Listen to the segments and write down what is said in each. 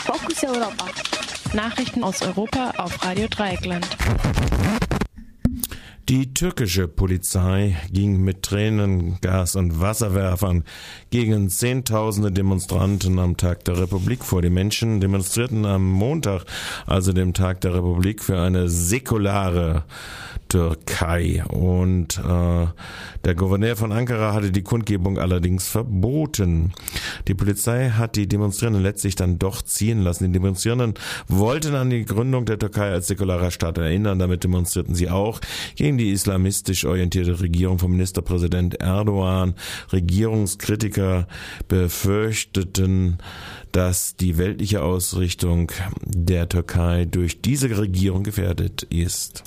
Fokus Europa. Nachrichten aus Europa auf Radio Dreieckland. Die türkische Polizei ging mit Tränengas und Wasserwerfern gegen Zehntausende Demonstranten am Tag der Republik vor. Die Menschen demonstrierten am Montag, also dem Tag der Republik, für eine säkulare Türkei. Und der Gouverneur von Ankara hatte die Kundgebung allerdings verboten. Die Polizei hat die Demonstrierenden letztlich dann doch ziehen lassen. Die Demonstrierenden wollten an die Gründung der Türkei als säkularer Staat erinnern. Damit demonstrierten sie auch gegen die islamistisch orientierte Regierung von Ministerpräsident Erdogan. Regierungskritiker befürchteten, dass die weltliche Ausrichtung der Türkei durch diese Regierung gefährdet ist.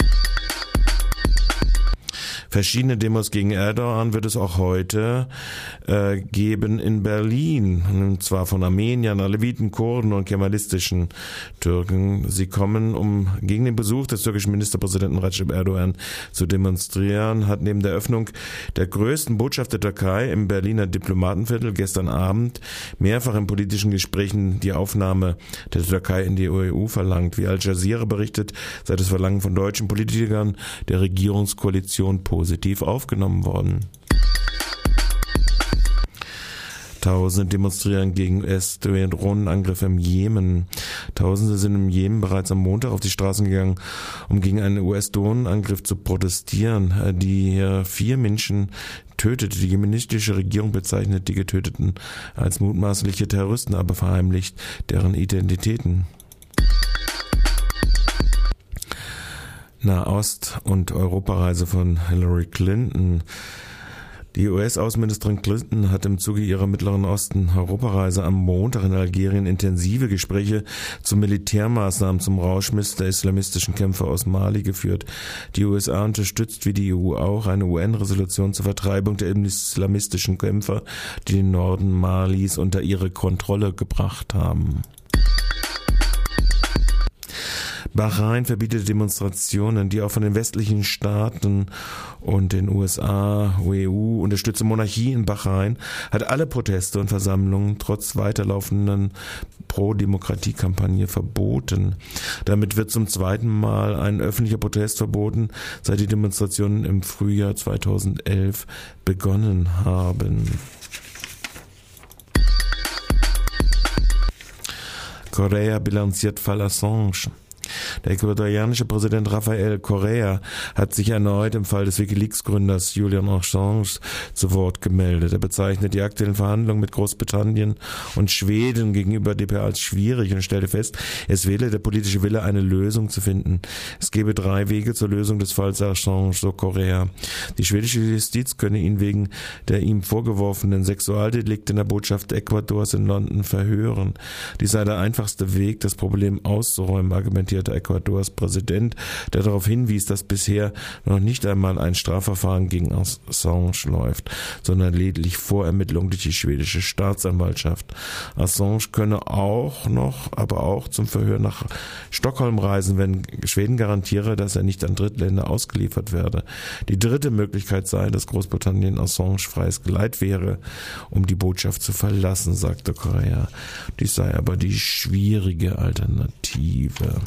Verschiedene Demos gegen Erdogan wird es auch heute geben in Berlin. Und zwar von Armeniern, Aleviten, Kurden und kemalistischen Türken. Sie kommen, um gegen den Besuch des türkischen Ministerpräsidenten Recep Erdogan zu demonstrieren, hat neben der Öffnung der größten Botschaft der Türkei im Berliner Diplomatenviertel gestern Abend mehrfach in politischen Gesprächen die Aufnahme der Türkei in die EU verlangt. Wie Al Jazeera berichtet, sei das Verlangen von deutschen Politikern der Regierungskoalition positiv aufgenommen worden. Tausende demonstrieren gegen US-Drohnenangriffe im Jemen. Tausende sind im Jemen bereits am Montag auf die Straßen gegangen, um gegen einen US-Drohnenangriff zu protestieren, die 4 Menschen tötete. Die jemenistische Regierung bezeichnet die Getöteten als mutmaßliche Terroristen, aber verheimlicht deren Identitäten. Nahost- und Europareise von Hillary Clinton. Die US-Außenministerin Clinton hat im Zuge ihrer Mittleren Osten-Europareise am Montag in Algerien intensive Gespräche zu Militärmaßnahmen zum Rauschmiss der islamistischen Kämpfer aus Mali geführt. Die USA unterstützt, wie die EU auch, eine UN-Resolution zur Vertreibung der islamistischen Kämpfer, die den Norden Malis unter ihre Kontrolle gebracht haben. Bahrain verbietet Demonstrationen. Die auch von den westlichen Staaten und den USA, EU unterstützte Monarchie in Bahrain hat alle Proteste und Versammlungen trotz weiterlaufenden Pro-Demokratie-Kampagne verboten. Damit wird zum zweiten Mal ein öffentlicher Protest verboten, seit die Demonstrationen im Frühjahr 2011 begonnen haben. Korea bilanziert Fall Assange. Der ecuadorianische Präsident Rafael Correa hat sich erneut im Fall des WikiLeaks-Gründers Julian Assange zu Wort gemeldet. Er bezeichnet die aktuellen Verhandlungen mit Großbritannien und Schweden gegenüber DPA als schwierig und stellte fest, es fehle der politische Wille, eine Lösung zu finden. Es gebe 3 Wege zur Lösung des Falls Assange, so Correa. Die schwedische Justiz könne ihn wegen der ihm vorgeworfenen Sexualdelikte in der Botschaft Ecuadors in London verhören. Dies sei der einfachste Weg, das Problem auszuräumen, argumentierte Ecuadors Präsident, der darauf hinwies, dass bisher noch nicht einmal ein Strafverfahren gegen Assange läuft, sondern lediglich Vorermittlung durch die schwedische Staatsanwaltschaft. Assange könne aber auch zum Verhör nach Stockholm reisen, wenn Schweden garantiere, dass er nicht an Drittländer ausgeliefert werde. Die dritte Möglichkeit sei, dass Großbritannien Assange freies Geleit wäre, um die Botschaft zu verlassen, sagte Correa. Dies sei aber die schwierige Alternative.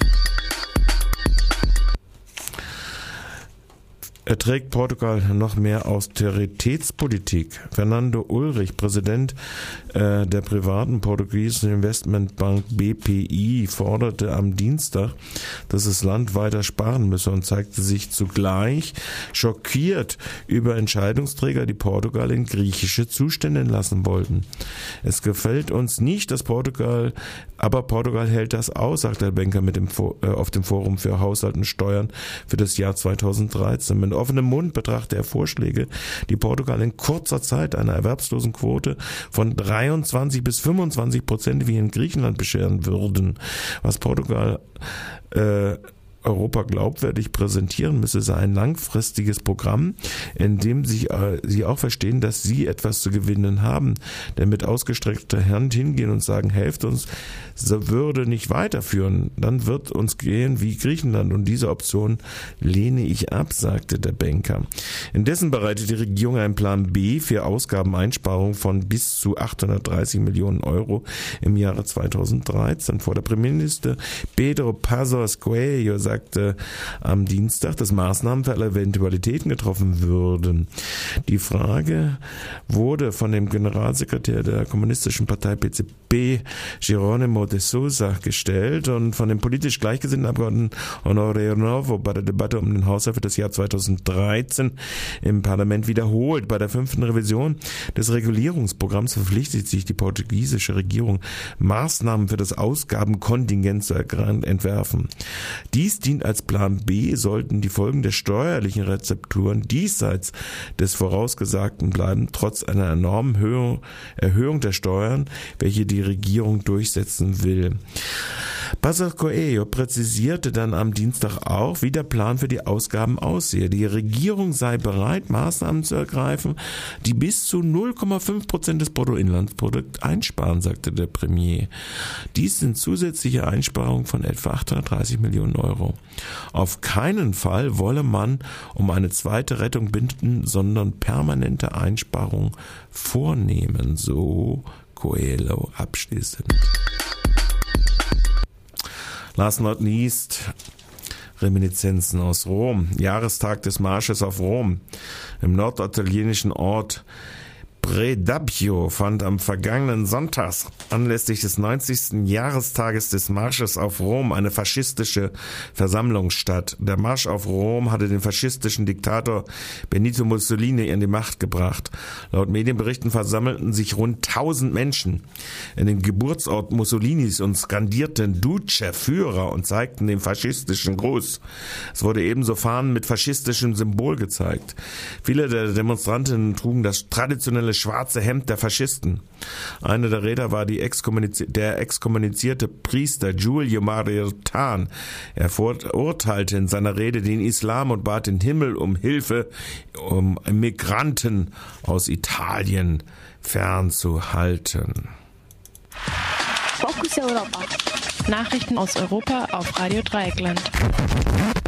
Erträgt Portugal noch mehr Austeritätspolitik? Fernando Ulrich, Präsident der privaten portugiesischen Investmentbank BPI, forderte am Dienstag, dass das Land weiter sparen müsse und zeigte sich zugleich schockiert über Entscheidungsträger, die Portugal in griechische Zustände lassen wollten. Es gefällt uns nicht, dass Portugal hält das aus, sagte der Banker auf dem Forum für Haushalt und Steuern für das Jahr 2013. Mit offenem Mund betrachtet er Vorschläge, die Portugal in kurzer Zeit eine Erwerbslosenquote von 23 bis 25% wie in Griechenland bescheren würden. Was Portugal Europa glaubwürdig präsentieren, müsse es ein langfristiges Programm, in dem sie auch verstehen, dass sie etwas zu gewinnen haben. Denn mit ausgestreckter Hand hingehen und sagen, helft uns, so würde nicht weiterführen. Dann wird uns gehen wie Griechenland. Und diese Option lehne ich ab, sagte der Banker. Indessen bereitet die Regierung einen Plan B für Ausgabeneinsparungen von bis zu 830 Millionen Euro im Jahre 2013 vor. Der Premierminister Pedro Passos Coelho sagte am Dienstag, dass Maßnahmen für alle Eventualitäten getroffen würden. Die Frage wurde von dem Generalsekretär der kommunistischen Partei PCP, Jerónimo de Sousa, gestellt und von dem politisch gleichgesinnten Abgeordneten Honorio Novo bei der Debatte um den Haushalt für das Jahr 2013 im Parlament wiederholt. Bei der 5. Revision des Regulierungsprogramms verpflichtet sich die portugiesische Regierung, Maßnahmen für das Ausgabenkontingent zu entwerfen. Dies dient als Plan B, sollten die Folgen der steuerlichen Rezepturen diesseits des Vorausgesagten bleiben, trotz einer enormen Erhöhung der Steuern, welche die Regierung durchsetzen will. Passos Coelho präzisierte dann am Dienstag auch, wie der Plan für die Ausgaben aussehe. Die Regierung sei bereit, Maßnahmen zu ergreifen, die bis zu 0,5% des Bruttoinlandsprodukts einsparen, sagte der Premier. Dies sind zusätzliche Einsparungen von etwa 830 Millionen Euro. Auf keinen Fall wolle man um eine zweite Rettung bitten, sondern permanente Einsparungen vornehmen, so Coelho abschließend. Last not least, Reminiszenzen aus Rom. Jahrestag des Marsches auf Rom. Im norditalienischen Ort Predappio fand am vergangenen Sonntag anlässlich des 90. Jahrestages des Marsches auf Rom eine faschistische Versammlung statt. Der Marsch auf Rom hatte den faschistischen Diktator Benito Mussolini an die Macht gebracht. Laut Medienberichten versammelten sich rund 1000 Menschen in den Geburtsort Mussolinis und skandierten Duce, Führer, und zeigten den faschistischen Gruß. Es wurde ebenso Fahnen mit faschistischem Symbol gezeigt. Viele der Demonstranten trugen das traditionelle schwarze Hemd der Faschisten. Einer der Redner war der exkommunizierte Priester Giulio Maritain. Er verurteilte in seiner Rede den Islam und bat den Himmel um Hilfe, um Migranten aus Italien fernzuhalten. Fokus Europa. Nachrichten aus Europa auf Radio Dreieckland.